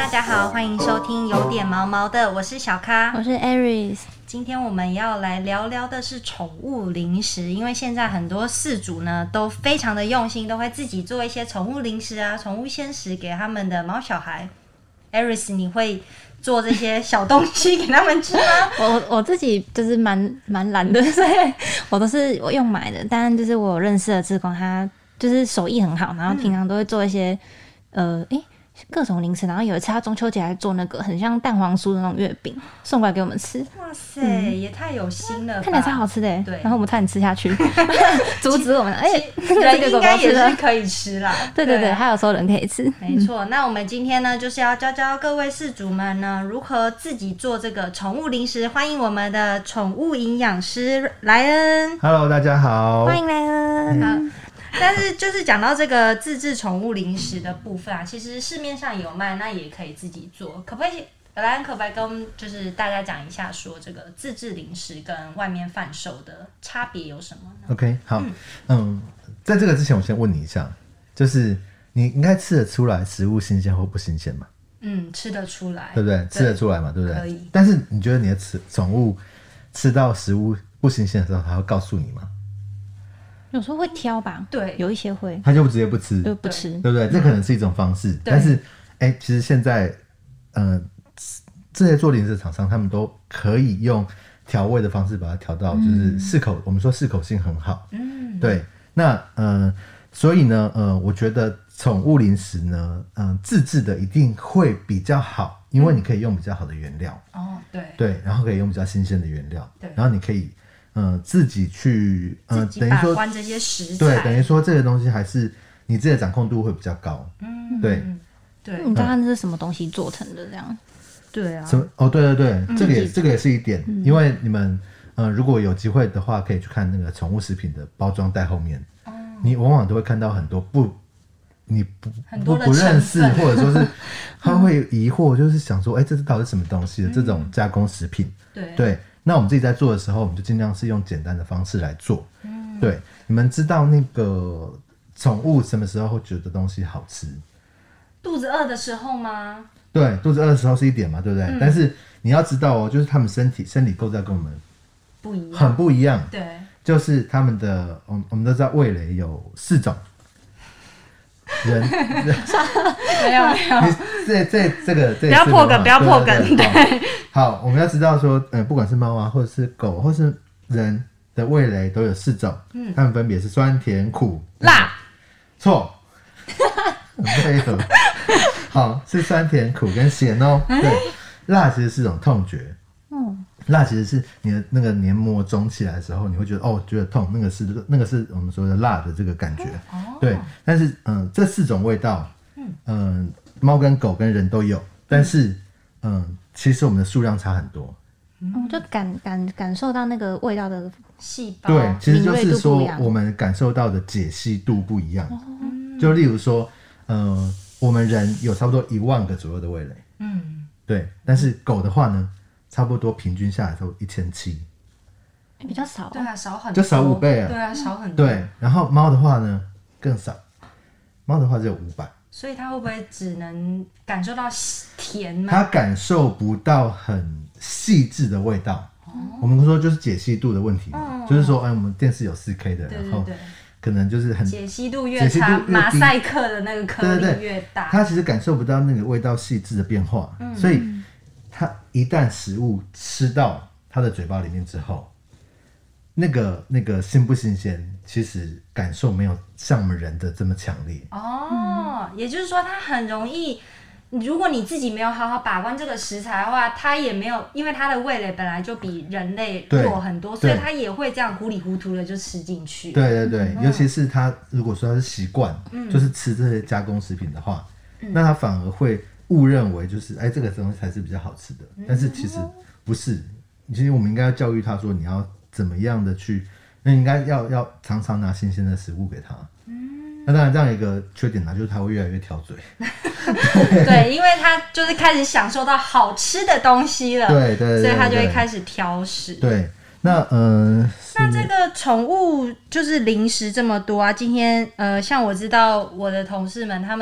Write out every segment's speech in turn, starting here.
家好，欢迎收听有点毛毛的，我是小咖， 我是 Aries。 今天我们要来聊聊的是宠物零食，因为现在很多饲主呢都非常的用心，都会自己做一些宠物零食啊、宠物鲜食给他们的毛小孩。Aries， 你会做这些小东西给他们吃吗？ 我自己就是蛮懒的，所以我都是用买的。但就是我有认识的志工，他就是手艺很好，然后平常都会做一些各种零食。然后有一次他中秋节还做那个很像蛋黄酥的那种月饼，送过来给我们吃。 哇塞，也太有心了吧！ 看起来超好吃的。 对， 然后我们差点吃下去，阻止我们。 人应该也是可以吃啦。 对，还有时候人可以吃。 没错，那我们今天呢，就是要教各位饲主们呢，如何自己做这个宠物零食。欢迎我们的宠物营养师莱恩。 Hello， 大家好， 欢迎莱恩。 好。但是就是讲到这个自制宠物零食的部分啊，其实市面上有卖，那也可以自己做。可不可以莱恩可不可以跟就是大家讲一下，说这个自制零食跟外面贩售的差别有什么呢 ？OK， 好，在这个之前，我先问你一下，就是你应该吃得出来食物新鲜或不新鲜吗？ 吃得出来， 对不对？吃得出来嘛，对不对？ 可以。 但是你觉得你的宠物吃到食物不新鲜的时候，它会告诉你吗？ 有时候会挑吧， 对， 有一些会， 它就直接不吃， 就不吃， 对不对？这可能是一种方式，但是，其实现在，这些做零食厂商他们都可以用调味的方式把它调到，就是我们说适口性很好，对。那所以呢，我觉得宠物零食呢，自制的一定会比较好，因为你可以用比较好的原料，对，然后可以用比较新鲜的原料，对，然后你可以。自己去自己把关这些食材， 对，等于说这个东西还是你自己的掌控度会比较高。对。 你刚刚是什么东西做成的？这样？ 对啊。 对，这个也是一点，因为你们如果有机会的话，可以去看那个宠物食品的包装袋后面，你往往都会看到很多你不认识，或者说是他会疑惑，就是想说，这到底是什么东西的这种加工食品？对。那我们自己在做的时候，我们就尽量是用简单的方式来做。对，你们知道那个宠物什么时候会觉得东西好吃？ 肚子饿的时候吗？ 对，肚子饿的时候是一点嘛，对不对？但是你要知道哦，就是他们身体构造跟我们不一样， 很不一样。 对， 就是他们的，我们都知道味蕾有4种。人没有， 这个不要破梗，不要破梗。对， 好，我们要知道说，不管是猫啊，或者是狗，或是人的味蕾都有4种，它们分别是酸、甜、苦、 辣。 错，很配合。好，是酸、甜、苦跟咸哦。对，辣其实是种痛觉。辣其实是你的那个黏膜肿起来的时候，你会觉得觉得痛，那个是我们说的辣的这个感觉。对，但是这4种味道，猫跟狗跟人都有，但是其实我们的数量差很多。 就感受到那个味道的细胞， 对，其实就是说我们感受到的解析度不一样。就例如说，我们人有差不多1万个左右的味蕾，对，但是狗的话呢？差不多平均下来都1700， 比较少。 对啊，少很多， 就少5倍啊。 对啊，少很多。 对，然后猫的话呢更少，猫的话只有500。 所以它会不会只能感受到甜吗？ 它感受不到很细致的味道。我们说就是解析度的问题嘛，就是说，我们电视有4K 的，然后可能就是很解析度越差，马赛克的那个颗粒越大， 它其实感受不到那个味道细致的变化，所以。它一旦食物吃到它的嘴巴里面之后，那个新不新鲜，其实感受没有像我们人的这么强烈。 也就是说，它很容易，如果你自己没有好好把关这个食材的话，它也没有，因为它的味蕾本来就比人类弱很多，所以它也会这样糊里糊涂的就吃进去。 对，尤其是它如果说它是习惯，就是吃这些加工食品的话，那它反而会。误认为就是这个东西才是比较好吃的，但是其实不是。其实我们应该要教育他说，你要怎么样的去，那应该要常常拿新鲜的食物给他。那当然这样一个缺点呢，就是他会越来越挑嘴。 对，因为他就是开始享受到好吃的东西了， 对， 所以他就会开始挑食。 对，那这个宠物就是零食这么多啊，今天像我知道我的同事们他们。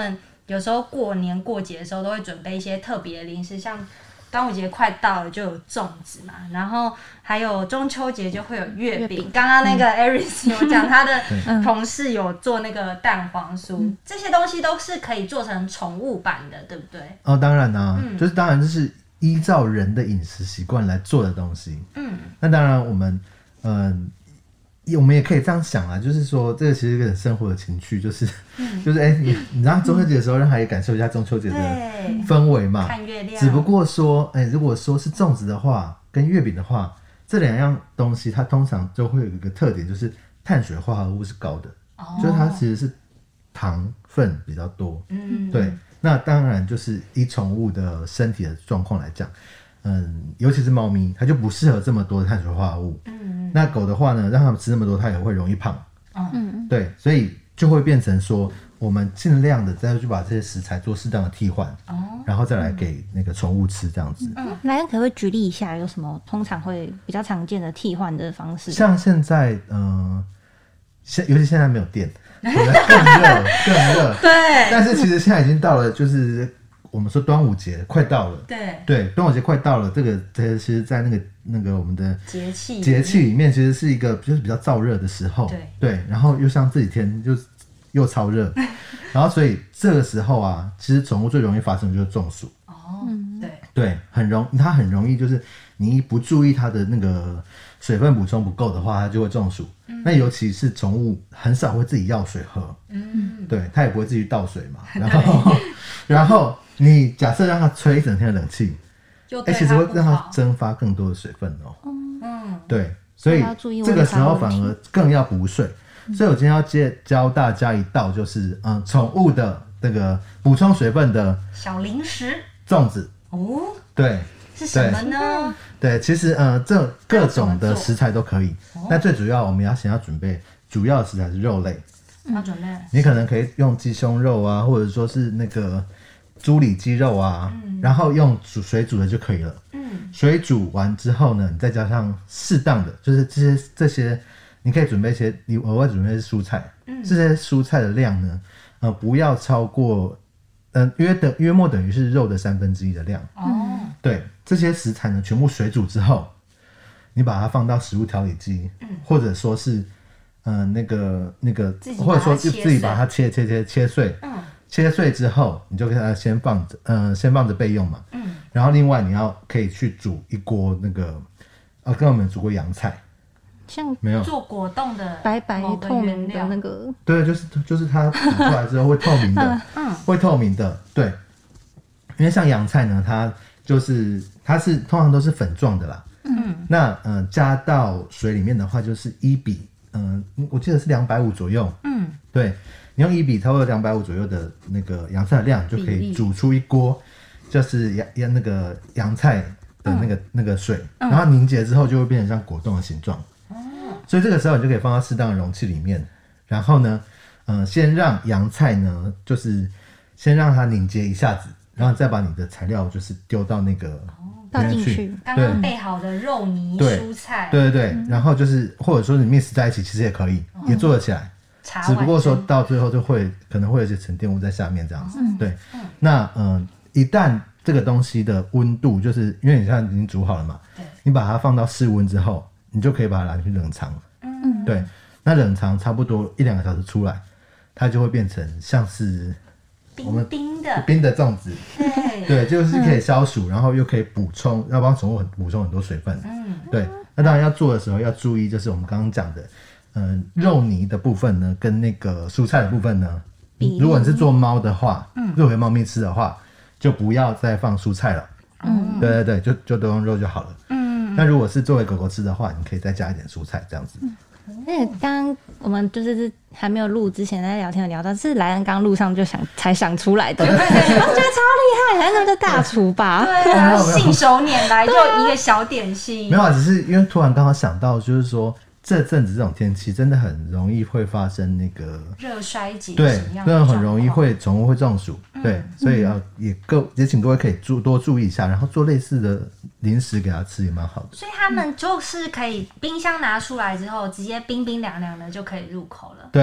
有时候过年过节的时候都会准备一些特别的零食，像端午节快到了就有粽子嘛，然后还有中秋节就会有月饼。刚刚那个 Aris 有讲他的同事有做那个蛋黄酥，这些东西都是可以做成宠物版的，对不对？ 哦，当然啦、就是当然就是依照人的饮食习惯来做的东西。那当然我们我们也可以这样想啊，就是说这个其实是一个很生活的情趣，就是就是你知道中秋节的时候让他也感受一下中秋节的氛围嘛， 看月亮。 只不过说如果说是粽子的话跟月饼的话，这两样东西它通常就会有一个特点，就是碳水化合物是高的，就是它其实是糖分比较多。对，那当然就是以宠物的身体的状况来讲，尤其是猫咪，它就不适合这么多的碳水化合物。那狗的话呢，让它们吃那么多，它也会容易胖。对，所以就会变成说，我们尽量的再去把这些食材做适当的替换，然后再来给那个宠物吃这样子。 莱恩可不可以举例一下，有什么通常会比较常见的替换的方式？ 像现在，尤其现在没有电，更热，更热。 对。 但是其实现在已经到了，就是我们说端午节快到了。对，端午节快到了，这其实在那个我们的节气里面，其实是一个就是比较燥热的时候。对，然后又像这几天又超热，然后所以这个时候啊，其实宠物最容易发生的就是中暑。对，它很容易就是你一不注意它的那个水分补充不够的话，它就会中暑。那尤其是宠物很少会自己要水喝，对，它也不会自己倒水嘛。然后你假设让它吹一整天的冷气，其实会让它蒸发更多的水分哦。对，所以这个时候反而更要补水。所以我今天要教大家一道，就是宠物的那个补充水分的小零食粽子。对， 是什么呢？ 对，其实这各种的食材都可以。那最主要我们先要准备主要的食材是肉类。 要准备， 你可能可以用鸡胸肉啊，或者说是那个猪里肌肉啊，然后用水煮的就可以了。水煮完之后呢，你再加上适当的，就是这些，你可以准备一些，你额外准备一些蔬菜。这些蔬菜的量呢，不要超过，约莫等于是肉的1/3的量。对，这些食材呢，全部水煮之后，你把它放到食物调理机，或者说是，那个，或者说自己把它切碎。切碎之后，你就给它先放着备用嘛。然后另外你可以去煮一锅那个，刚刚我们有煮过洋菜， 像没有做果冻的白透明的那个， 对，就是它煮出来之后会透明的，会透明的，对。因为像洋菜呢，它是通常都是粉状的啦。那加到水里面的话，就是1比，我记得是250左右。对。你用1比差不多250左右的那个洋菜的量，就可以煮出一锅，就是那个洋菜的那个水，然后凝结之后就会变成像果冻的形状。所以这个时候你就可以放到适当的容器里面，然后呢，先让洋菜呢，就是先让它凝结一下子，然后再把你的材料就是丢到那个倒进去， 刚刚备好的肉泥蔬菜， 对，然后就是或者说你 mix 在一起，其实也可以，也做得起来。只不过说到最后就可能会有一些沉淀物在下面这样子。对，那一旦这个东西的温度，就是因为你现在已经煮好了嘛，你把它放到室温之后，你就可以把它拿去冷藏。对，那冷藏差不多1-2个小时出来，它就会变成像是我们冰的粽子。对，就是可以消暑，然后又可以要帮宠物补充很多水分。对，那当然要做的时候要注意，就是我们刚刚讲的。肉泥的部分呢，跟那个蔬菜的部分呢，如果你是做猫的话，如果给猫咪吃的话，就不要再放蔬菜了。对，就都用肉就好了。那如果是作为狗狗吃的话，你可以再加一点蔬菜这样子。 那刚刚我们就是还没有录之前在聊天有聊到，是莱恩刚录上才想出来的，我觉得超厉害，莱恩就大厨吧？ 对啊，信手拈来就一个小点心。 没有啊，只是因为突然刚好想到，就是说。这阵子这种天气真的很容易会发生那个热衰竭， 对，那很容易宠物会中暑，对，所以也请各位可以多注意一下，然后做类似的零食给它吃也蛮好的。 所以他们就是可以冰箱拿出来之后，直接冰凉凉的就可以入口了。 对，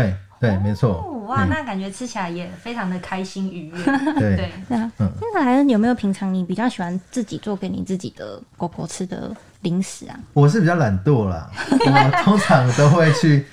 对，没错。 哇，那感觉吃起来也非常的开心愉悦。 对对， 对啊，那还有没有平常你比较喜欢自己做给你自己的狗狗吃的零食啊？ 我是比较懒惰啦，我通常都会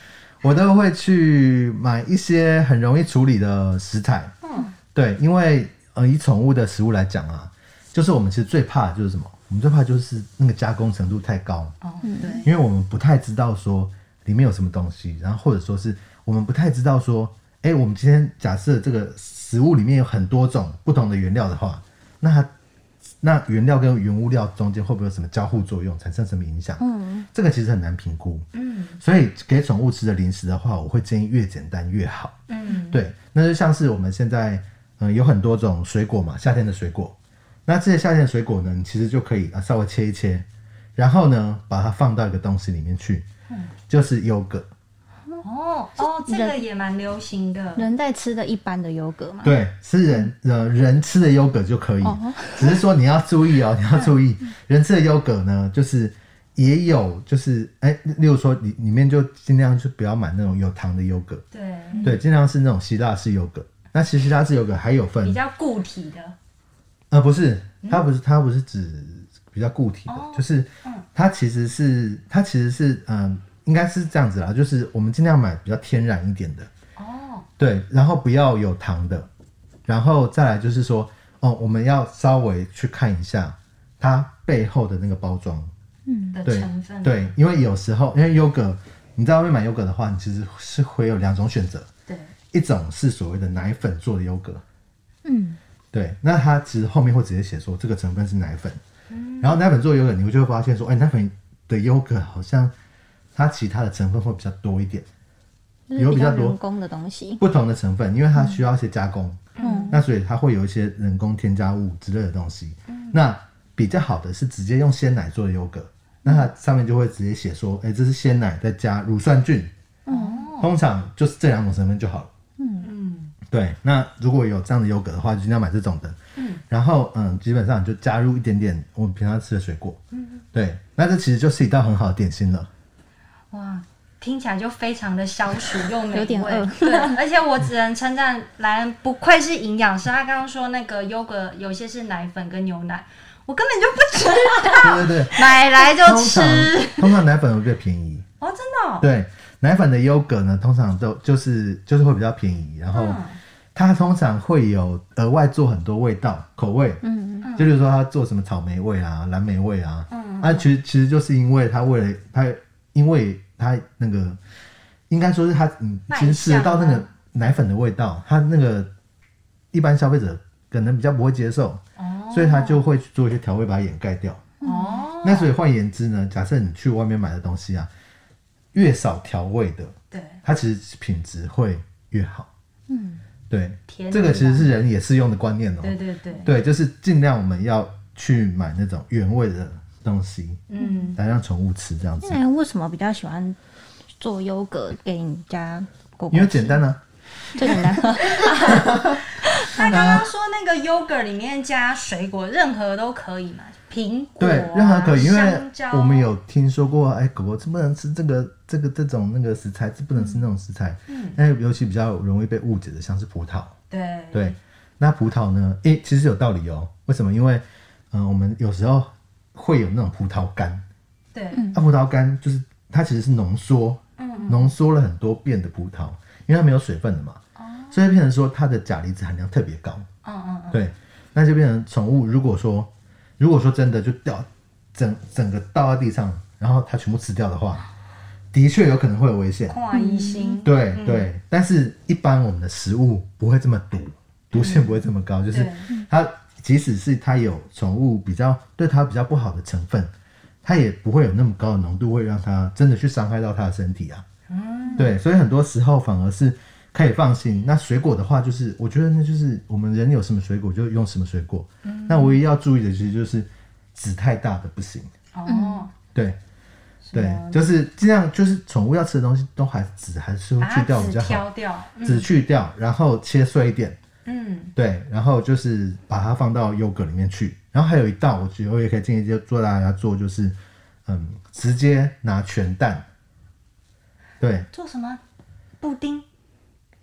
去买一些很容易处理的食材。对，因为以宠物的食物来讲啊，就是我们其实最怕的就是什么？我们最怕就是那个加工程度太高。 对， 因为我们不太知道说里面有什么东西，然后或者说是我们不太知道说，我们今天假设这个食物里面有很多种不同的原料的话，那原料跟原物料中间会不会有什么交互作用，产生什么影响？这个其实很难评估。所以给宠物吃的零食的话，我会建议越简单越好。对，那就像是我们现在有很多种水果嘛，夏天的水果。那这些夏天的水果呢，你其实就可以稍微切一切，然后呢把它放到一个东西里面去，就是优格。 这个也蛮流行的。 人在吃的一般的优格吗？ 对，是人吃的优格就可以，只是说你要注意哦，你要注意，人吃的优格呢，就是也有就是例如说里面就尽量就不要买那种有糖的优格，对，尽量是那种希腊式优格。那其实希腊式优格还有分比较固体的， 不是，它不是指比较固体的，就是它其实是应该是这样子啦，就是我们尽量买比较天然一点的，对，然后不要有糖的，然后再来就是说，我们要稍微去看一下它背后的那个包装， 的成分， 对，因为有时候因为优格，你在外面买优格的话，你其实是会有2种选择， 对， 一种是所谓的奶粉做的优格，对，那它其实后面会直接写说这个成分是奶粉，然后奶粉做的优格，你就会发现说，奶粉的优格好像它其他的成分会比较多一点， 有比较多人工的东西， 不同的成分，因为它需要一些加工，那所以它会有一些人工添加物之类的东西。那比较好的是直接用鲜奶做的优格，那它上面就会直接写说，这是鲜奶再加乳酸菌，通常就是这2种成分就好了。对，那如果有这样的优格的话，就尽量买这种的。然后基本上你就加入一点点我们平常吃的水果。对，那这其实就是一道很好的点心了。 哇，听起来就非常的消暑又美味， 有点饿。 对，而且我只能称赞莱恩不愧是营养师，他刚刚说那个优格有些是奶粉跟牛奶，我根本就不知道。 对， 买来就吃。 通常奶粉会比较便宜。 真的对，奶粉的优格呢，通常就是会比较便宜，然后它通常会有额外做很多味道口味，就比如说它做什么草莓味啊、蓝莓味啊，其实就是因为它那个应该说是它其实吃得到那个奶粉的味道，它那个一般消费者可能比较不会接受，所以它就会做一些调味把它掩盖掉。那所以换言之呢，假设你去外面买的东西啊，越少调味的， 对， 它其实品质会越好。对， 这个其实是人也适用的观念哦。对，就是尽量我们要去买那种原味的东西，来让宠物吃这样子。 那为什么比较喜欢做优格给你家狗狗吃？ 因为简单啊， 最简单。 他刚刚说那个 yogurt 里面加水果，任何都可以嘛？苹果、 对，任何可以，因为我们有听说过，狗狗是不能吃这种那个食材，是不能吃那种食材。尤其比较容易被误解的，像是葡萄。对，那葡萄呢？其实有道理哦。为什么？因为我们有时候会有那种葡萄干。 对， 葡萄干就是它其实是浓缩了很多遍的葡萄，因为它没有水分的嘛，所以变成说它的钾离子含量特别高。对，那就变成宠物如果说真的就掉整个倒在地上，然后它全部吃掉的话，的确有可能会有危险。 跨一心。 对，但是一般我们的食物不会这么毒性不会这么高，就是它即使是它有宠物对它比较不好的成分，它也不会有那么高的浓度会让它真的去伤害到它的身体啊。对，所以很多时候反而是可以放心。那水果的话，就是我觉得那就是我们人有什么水果就用什么水果。那唯一要注意的其实就是籽太大的不行。对，就是尽量就是宠物要吃的东西都还籽还是会去掉比较好， 挑掉， 籽去掉，然后切碎一点。对，然后就是把它放到优格里面去。然后还有一道，我觉得我也可以建议做大家做，就是直接拿全蛋。对， 做什么布丁？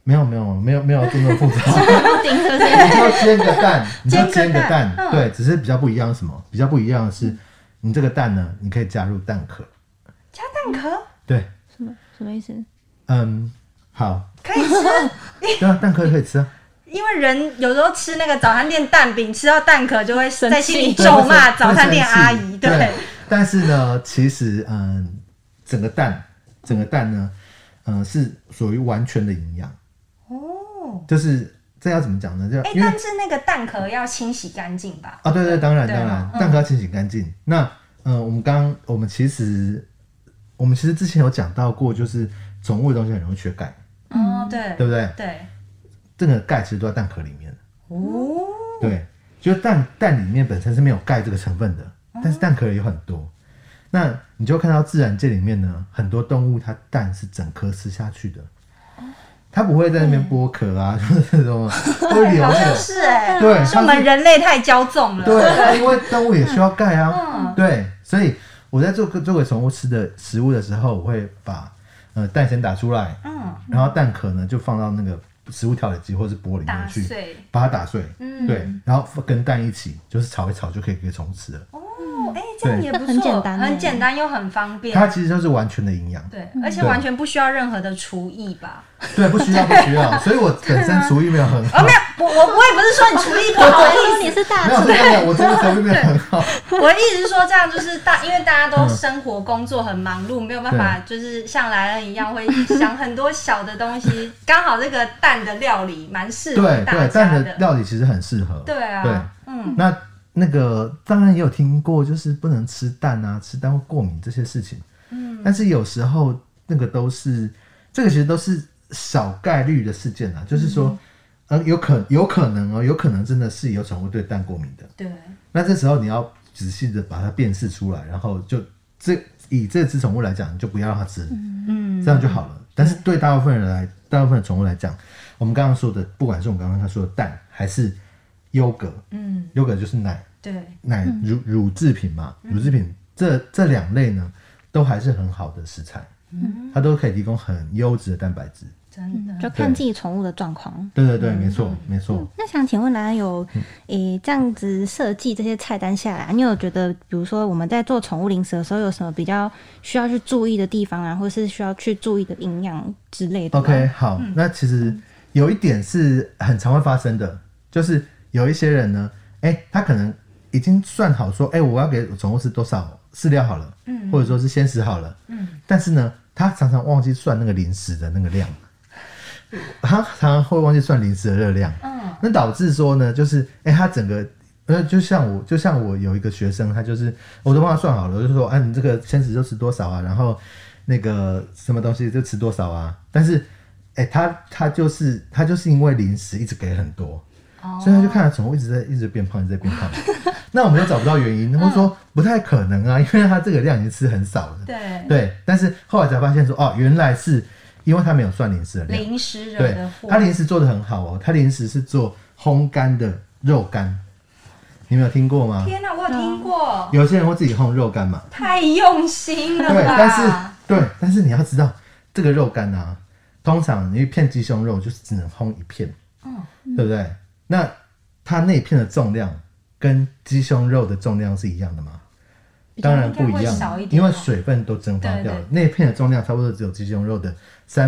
没有这么复杂， 顶是不是？ 你就煎个蛋，你就煎个蛋， 嗯对，只是比较不一样是什么？比较不一样的是，你这个蛋呢，你可以加入蛋壳， 加蛋壳对， 什么意思？ 好， 可以吃， 对啊，蛋壳也可以吃啊。 因为人有时候吃那个早餐店蛋饼，吃到蛋壳就会生气在心里咒骂早餐店阿姨。对， 但是呢，其实整个蛋呢，是属于完全的营养。 哦， 就是这要怎么讲呢？就因为但是那个蛋壳要清洗干净吧？ 啊，对，当然， 嗯蛋壳要清洗干净。那我们其实之前有讲到过，就是宠物的东西很容易缺钙， 哦，对， 对不对？ 对， 这个钙其实都在蛋壳里面。 哦， 对，就是蛋里面本身是没有钙这个成分的，但是蛋壳里有很多。那你就看到自然界里面呢，很多动物它蛋是整颗吃下去的，它不会在那边剥壳啊，就是什么会留好像那个。 是哎， 对， 是我们人类太骄纵了。 对，因为动物也需要钙啊。 嗯对，所以我在做给宠物吃的食物的时候，我会把蛋先打出来，然后蛋壳呢就放到那个食物调理机或是玻里打面去， 碎。 把它打碎。对，然后跟蛋一起，就是炒一炒就可以给宠物吃了。 哦，这样也不错， 很简单很简单又很方便。 它其实就是完全的营养。 对，而且完全不需要任何的厨艺吧？ 对，不需要，所以我本身厨艺没有很好。 没有，我也不是说你厨艺不好的意思， 你是大没有，我真的厨艺没有很好。 我的意思是说，这样就是因为大家都生活工作很忙碌，没有办法就是像莱恩一样会想很多小的东西。刚好这个蛋的料理蛮适合大家蛋的料理其实很适合。 对啊， 对，那个当然也有听过，就是不能吃蛋啊，吃蛋会过敏这些事情。但是有时候那个这个其实都是小概率的事件啊，就是说，有可能真的是有宠物对蛋过敏的。 对， 那这时候你要仔细的把它辨识出来，然后就以这只宠物来讲，你就不要让它吃，这样就好了。但是对大部分的宠物来讲，我们刚刚说的，不管是我们刚刚说的蛋，还是优格，优格就是奶， 对， 奶乳制品嘛，乳制品这两类呢，都还是很好的食材，它都可以提供很优质的蛋白质。 真的， 就看自己宠物的状况。 对，没错。 那想请问莱恩有这样子设计这些菜单下来，你有觉得比如说我们在做宠物零食的时候有什么比较需要去注意的地方啊，或是需要去注意的营养之类的吗？ OK， 好，那其实有一点是很常会发生的，就是有一些人呢，他可能已经算好说，我要给宠物吃多少饲料好了，或者说是鲜食好了，但是呢，他常常忘记算那个零食的那个量。他常常会忘记算零食的热量，那导致说呢，就是他整个就像我有一个学生，他就是我都帮他算好了，我就说你这个鲜食就吃多少啊，然后那个什么东西就吃多少啊，但是他就是因为零食一直给很多，所以他就看到宠物一直变胖，那我们又找不到原因，或者说不太可能啊，因为他这个量已经吃很少了，对，但是后来才发现说原来是因为他没有算零食的量， 零食惹对的祸。 他零食做的很好哦，他零食是做烘干的肉干，你们有听过吗？ 天哪，我有听过， 有些人会自己烘肉干嘛？ 太用心了对， 吧？ 但是你要知道，这个肉干啊，通常你一片鸡胸肉就是只能烘一片，对不对？那它那一片的重量跟鸡胸肉的重量是一样的吗？当然不一样，因为水分都蒸发掉了，那一片的重量差不多只有鸡胸肉的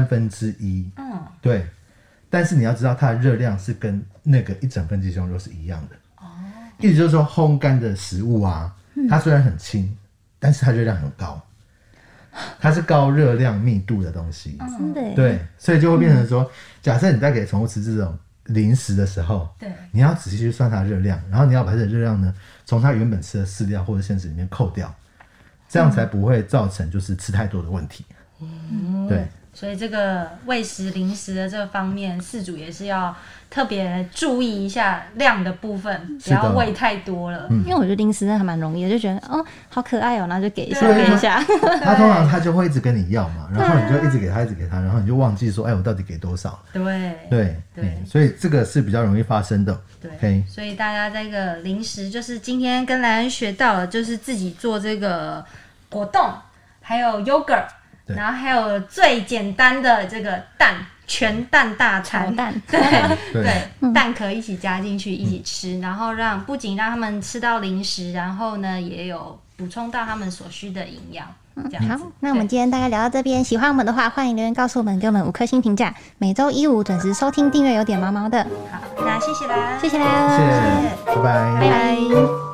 1/3。对。但是你要知道，它的热量是跟那个一整份鸡胸肉是一样的。意思就是说，烘干的食物啊，它虽然很轻，但是它热量很高，它是高热量密度的东西。 真的耶。 对，所以就会变成说，假设你在给宠物吃这种零食的时候，你要仔细去算它的热量，然后你要把这个热量呢，从它原本吃的饲料或者鲜食里面扣掉，这样才不会造成就是吃太多的问题。对。 所以这个喂食零食的这个方面，饲主也是要特别注意一下量的部分，不要喂太多了。 因为我觉得零食真的还蛮容易的，就觉得好可爱然后就给一下。 他通常他就会一直跟你要嘛，然后你就一直给他，然后你就忘记说，我到底给多少？对，所以这个是比较容易发生的。 对，所以大家这个零食就是今天跟莱恩学到了，就是自己做这个果冻，还有 yogurt。然后还有最简单的这个蛋， 全蛋大餐炒，蛋， 对，蛋壳一起加进去一起吃，然后不仅让他们吃到零食，然后呢也有补充到他们所需的营养。这样子好，那我们今天大概聊到这边，喜欢我们的话，欢迎留言告诉我们，给我们5颗星评价。每周一5准时收听订阅有点毛毛的， 好，那谢谢啦， 谢谢啦， 谢谢，拜拜。 拜拜。